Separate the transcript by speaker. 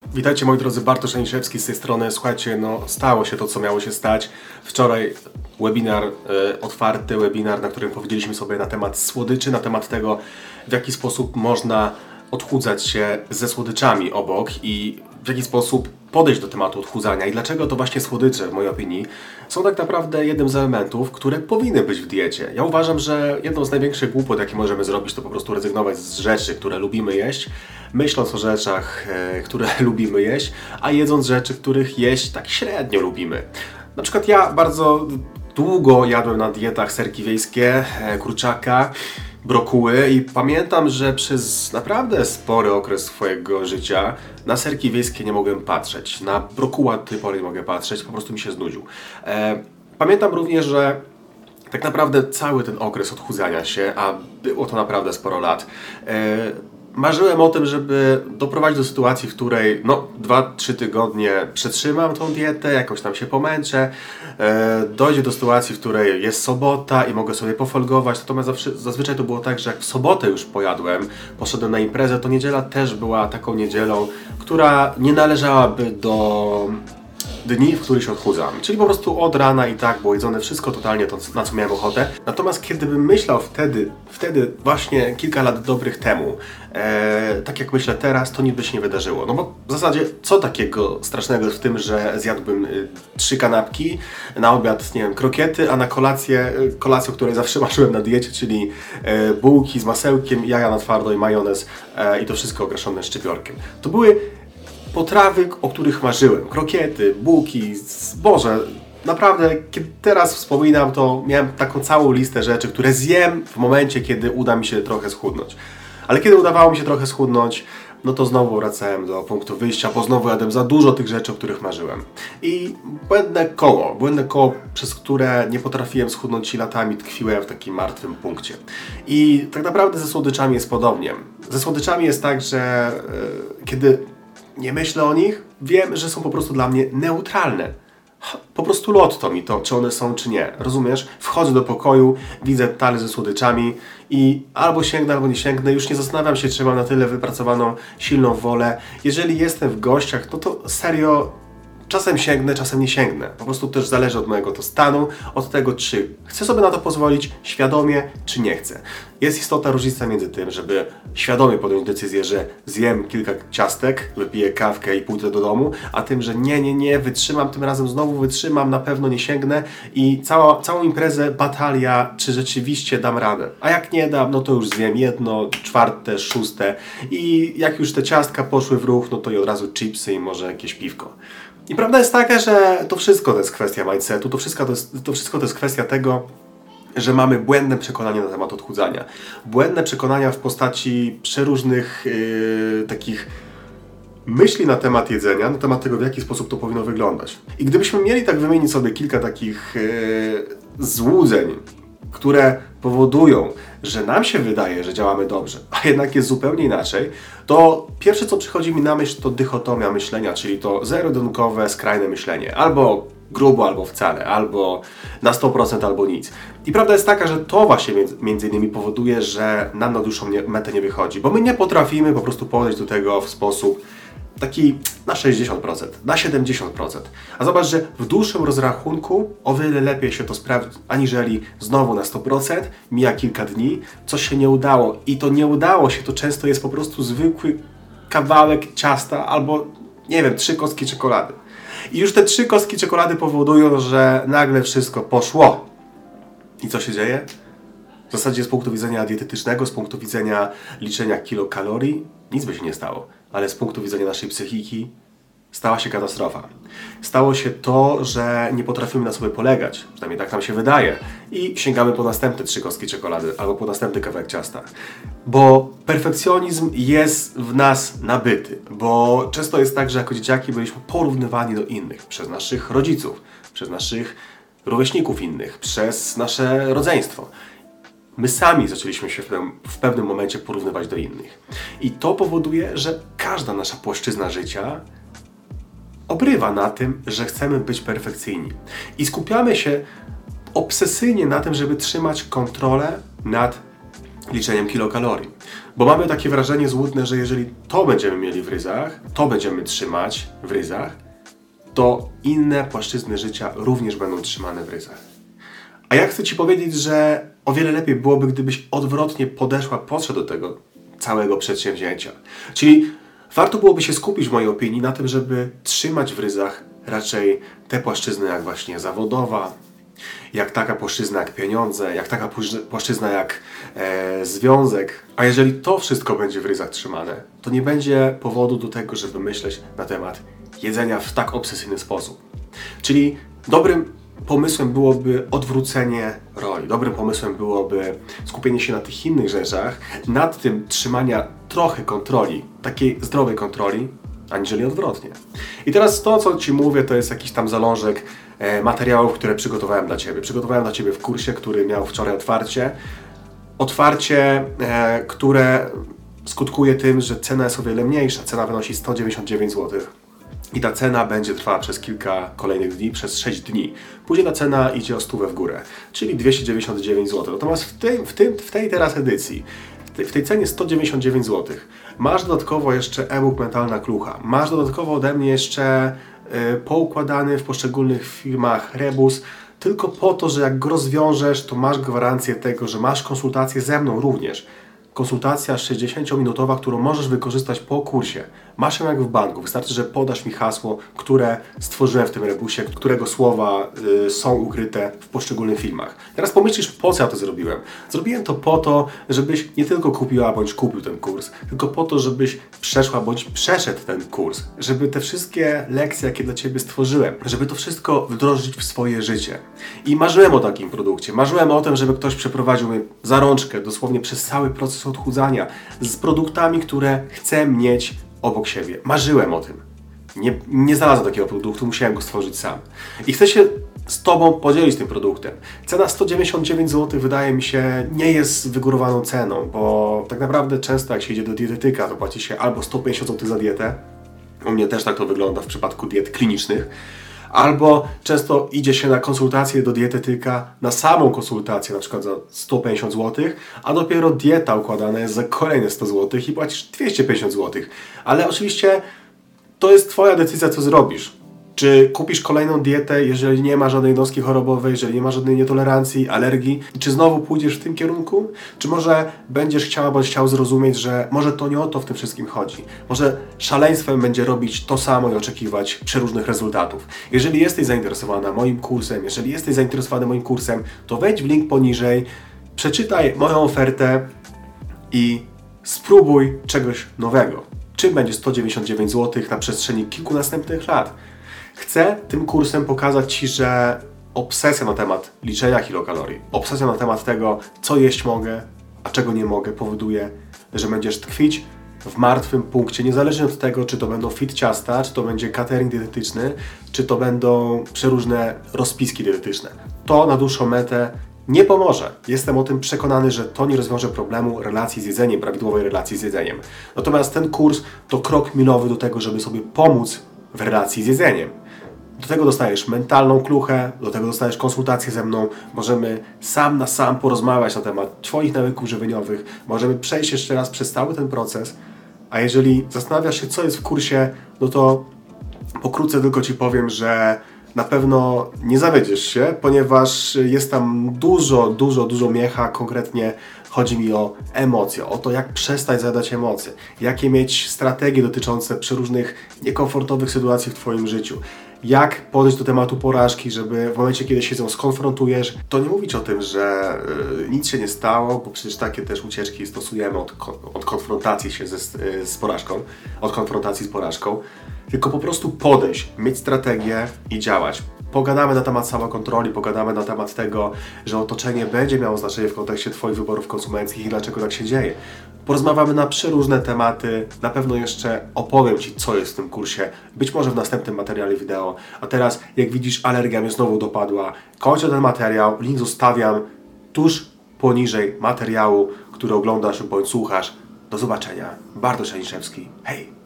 Speaker 1: Witajcie moi drodzy, Bartosz Aniszewski z tej strony. Słuchajcie, stało się to, co miało się stać. Wczoraj webinar, otwarty webinar, na którym powiedzieliśmy sobie na temat słodyczy, na temat tego, w jaki sposób można odchudzać się ze słodyczami obok i w jaki sposób podejść do tematu odchudzania i dlaczego to właśnie słodycze, w mojej opinii, są tak naprawdę jednym z elementów, które powinny być w diecie. Ja uważam, że jedną z największych głupot, jakie możemy zrobić, to po prostu rezygnować z rzeczy, które lubimy jeść, myśląc o rzeczach, które lubimy jeść, a jedząc rzeczy, których jeść tak średnio lubimy. Na przykład ja bardzo długo jadłem na dietach serki wiejskie, kurczaka, brokuły i pamiętam, że przez naprawdę spory okres swojego życia na serki wiejskie nie mogłem patrzeć. Na brokuła do tej pory nie mogę patrzeć, po prostu mi się znudził. Pamiętam również, że tak naprawdę cały ten okres odchudzania się, a było to naprawdę sporo lat, marzyłem o tym, żeby doprowadzić do sytuacji, w której 2-3 tygodnie przetrzymam tą dietę, jakoś tam się pomęczę, dojdzie do sytuacji, w której jest sobota i mogę sobie pofolgować, natomiast zazwyczaj to było tak, że jak w sobotę już pojadłem, poszedłem na imprezę, to niedziela też była taką niedzielą, która nie należałaby do dni, w których się odchudzam. Czyli po prostu od rana i tak było jedzone wszystko totalnie to, na co miałem ochotę. Natomiast kiedy bym myślał wtedy właśnie kilka lat dobrych temu, tak jak myślę teraz, to nic by się nie wydarzyło. No bo w zasadzie co takiego strasznego jest w tym, że zjadłbym 3 kanapki, na obiad, nie wiem, krokiety, a na kolację, o której zawsze marzyłem na diecie, czyli bułki z masełkiem, jaja na twardo i majonez i to wszystko okraszone szczypiorkiem. To były potrawy, o których marzyłem. Krokiety, bułki, Boże, naprawdę, kiedy teraz wspominam, to miałem taką całą listę rzeczy, które zjem w momencie, kiedy uda mi się trochę schudnąć. Ale kiedy udawało mi się trochę schudnąć, no to znowu wracałem do punktu wyjścia, bo znowu jadłem za dużo tych rzeczy, o których marzyłem. I błędne koło, przez które nie potrafiłem schudnąć i latami tkwiłem w takim martwym punkcie. I tak naprawdę ze słodyczami jest podobnie. Ze słodyczami jest tak, że kiedy nie myślę o nich, wiem, że są po prostu dla mnie neutralne. Po prostu lotto mi to, czy one są, czy nie. Rozumiesz? Wchodzę do pokoju, widzę talerz ze słodyczami i albo sięgnę, albo nie sięgnę. Już nie zastanawiam się, czy mam na tyle wypracowaną, silną wolę. Jeżeli jestem w gościach, to serio, czasem sięgnę, czasem nie sięgnę. Po prostu też zależy od mojego to stanu, od tego, czy chcę sobie na to pozwolić świadomie, czy nie chcę. Jest istotna różnica między tym, żeby świadomie podjąć decyzję, że zjem kilka ciastek, wypiję kawkę i pójdę do domu, a tym, że nie, wytrzymam, tym razem znowu wytrzymam, na pewno nie sięgnę i całą imprezę batalia, czy rzeczywiście dam radę. A jak nie dam, no to już zjem 1, 4, 6 i jak już te ciastka poszły w ruch, no to i od razu chipsy i może jakieś piwko. I prawda jest taka, że to wszystko to jest kwestia mindsetu, to wszystko to jest kwestia tego, że mamy błędne przekonania na temat odchudzania. Błędne przekonania w postaci przeróżnych takich myśli na temat jedzenia, na temat tego, w jaki sposób to powinno wyglądać. I gdybyśmy mieli tak wymienić sobie kilka takich złudzeń, które powodują, że nam się wydaje, że działamy dobrze, a jednak jest zupełnie inaczej, to pierwsze, co przychodzi mi na myśl, to dychotomia myślenia, czyli to zero-jedynkowe, skrajne myślenie. Albo grubo, albo wcale, albo na 100%, albo nic. I prawda jest taka, że to właśnie między innymi powoduje, że nam na dłuższą metę nie wychodzi, bo my nie potrafimy po prostu podejść do tego w sposób taki na 60%, na 70%. A zobacz, że w dłuższym rozrachunku o wiele lepiej się to sprawdzi, aniżeli znowu na 100%, mija kilka dni, coś się nie udało. I to nie udało się, to często jest po prostu zwykły kawałek ciasta albo, nie wiem, 3 kostki czekolady. I już te 3 kostki czekolady powodują, że nagle wszystko poszło. I co się dzieje? W zasadzie z punktu widzenia dietetycznego, z punktu widzenia liczenia kilokalorii, nic by się nie stało. Ale z punktu widzenia naszej psychiki stała się katastrofa. Stało się to, że nie potrafimy na sobie polegać, przynajmniej tak nam się wydaje, i sięgamy po następne 3 kostki czekolady albo po następny kawałek ciasta. Bo perfekcjonizm jest w nas nabyty, bo często jest tak, że jako dzieciaki byliśmy porównywani do innych przez naszych rodziców, przez naszych rówieśników innych, przez nasze rodzeństwo. My sami zaczęliśmy się w pewnym momencie porównywać do innych. I to powoduje, że każda nasza płaszczyzna życia obrywa na tym, że chcemy być perfekcyjni. I skupiamy się obsesyjnie na tym, żeby trzymać kontrolę nad liczeniem kilokalorii. Bo mamy takie wrażenie złudne, że jeżeli to będziemy mieli w ryzach, to będziemy trzymać w ryzach, to inne płaszczyzny życia również będą trzymane w ryzach. A ja chcę Ci powiedzieć, że o wiele lepiej byłoby, gdybyś odwrotnie podszedł do tego całego przedsięwzięcia. Czyli warto byłoby się skupić w mojej opinii na tym, żeby trzymać w ryzach raczej te płaszczyzny jak właśnie zawodowa, jak taka płaszczyzna jak pieniądze, jak taka płaszczyzna jak związek. A jeżeli to wszystko będzie w ryzach trzymane, to nie będzie powodu do tego, żeby myśleć na temat jedzenia w tak obsesyjny sposób. Czyli dobrym pomysłem byłoby odwrócenie roli. Dobrym pomysłem byłoby skupienie się na tych innych rzeczach, nad tym trzymania trochę kontroli, takiej zdrowej kontroli, aniżeli odwrotnie. I teraz to, co Ci mówię, to jest jakiś tam zalążek materiałów, które przygotowałem dla Ciebie. Przygotowałem dla Ciebie w kursie, który miał wczoraj otwarcie. Otwarcie, które skutkuje tym, że cena jest o wiele mniejsza. Cena wynosi 199 zł. I ta cena będzie trwała przez kilka kolejnych dni, przez 6 dni. Później ta cena idzie o 100 w górę, czyli 299 zł. Natomiast w tej teraz edycji, w tej cenie 199 zł, masz dodatkowo jeszcze e-book Mentalna Klucha. Masz dodatkowo ode mnie jeszcze poukładany w poszczególnych firmach rebus, tylko po to, że jak go rozwiążesz, to masz gwarancję tego, że masz konsultację ze mną również. Konsultacja 60-minutowa, którą możesz wykorzystać po kursie. Masz ją jak w banku. Wystarczy, że podasz mi hasło, które stworzyłem w tym rebusie, którego słowa są ukryte w poszczególnych filmach. Teraz pomyślisz, po co ja to zrobiłem? Zrobiłem to po to, żebyś nie tylko kupiła bądź kupił ten kurs, tylko po to, żebyś przeszła bądź przeszedł ten kurs. Żeby te wszystkie lekcje, jakie dla Ciebie stworzyłem, żeby to wszystko wdrożyć w swoje życie. I marzyłem o takim produkcie. Marzyłem o tym, żeby ktoś przeprowadził mnie za rączkę, dosłownie przez cały proces odchudzania, z produktami, które chcę mieć obok siebie. Marzyłem o tym. Nie znalazłem takiego produktu, musiałem go stworzyć sam. I chcę się z Tobą podzielić tym produktem. Cena 199 zł wydaje mi się nie jest wygórowaną ceną, bo tak naprawdę często jak się idzie do dietetyka, to płaci się albo 150 zł za dietę, u mnie też tak to wygląda w przypadku diet klinicznych, albo często idzie się na konsultację do dietetyka, na samą konsultację na przykład za 150 zł, a dopiero dieta układana jest za kolejne 100 zł i płacisz 250 zł. Ale oczywiście to jest Twoja decyzja, co zrobisz. Czy kupisz kolejną dietę, jeżeli nie ma żadnej jednostki chorobowej, jeżeli nie ma żadnej nietolerancji, alergii? Czy znowu pójdziesz w tym kierunku? Czy może będziesz chciała bądź chciał zrozumieć, że może to nie o to w tym wszystkim chodzi? Może szaleństwem będzie robić to samo i oczekiwać przeróżnych rezultatów? Jeżeli jesteś zainteresowana moim kursem, jeżeli jesteś zainteresowany moim kursem, to wejdź w link poniżej, przeczytaj moją ofertę i spróbuj czegoś nowego. Czym będzie 199 zł na przestrzeni kilku następnych lat? Chcę tym kursem pokazać Ci, że obsesja na temat liczenia kilokalorii, obsesja na temat tego, co jeść mogę, a czego nie mogę, powoduje, że będziesz tkwić w martwym punkcie, niezależnie od tego, czy to będą fit ciasta, czy to będzie catering dietetyczny, czy to będą przeróżne rozpiski dietetyczne. To na dłuższą metę nie pomoże. Jestem o tym przekonany, że to nie rozwiąże problemu relacji z jedzeniem, prawidłowej relacji z jedzeniem. Natomiast ten kurs to krok milowy do tego, żeby sobie pomóc w relacji z jedzeniem. Do tego dostajesz mentalną kluchę, do tego dostajesz konsultację ze mną, możemy sam na sam porozmawiać na temat Twoich nawyków żywieniowych, możemy przejść jeszcze raz przez cały ten proces, a jeżeli zastanawiasz się, co jest w kursie, no to pokrótce tylko Ci powiem, że na pewno nie zawiedziesz się, ponieważ jest tam dużo miecha, konkretnie chodzi mi o emocje, o to, jak przestać zjadać emocje, jakie mieć strategie dotyczące przeróżnych niekomfortowych sytuacji w Twoim życiu, jak podejść do tematu porażki, żeby w momencie, kiedy się z nią skonfrontujesz, to nie mówić o tym, że nic się nie stało, bo przecież takie też ucieczki stosujemy od konfrontacji się z porażką, od konfrontacji z porażką, tylko po prostu podejść, mieć strategię i działać. Pogadamy na temat samokontroli, pogadamy na temat tego, że otoczenie będzie miało znaczenie w kontekście Twoich wyborów konsumenckich i dlaczego tak się dzieje. Porozmawiamy na przeróżne tematy, na pewno jeszcze opowiem Ci, co jest w tym kursie, być może w następnym materiale wideo. A teraz, jak widzisz, alergia mnie znowu dopadła. Kończę ten materiał, link zostawiam tuż poniżej materiału, który oglądasz bądź słuchasz. Do zobaczenia. Bartosz Janiszewski. Hej!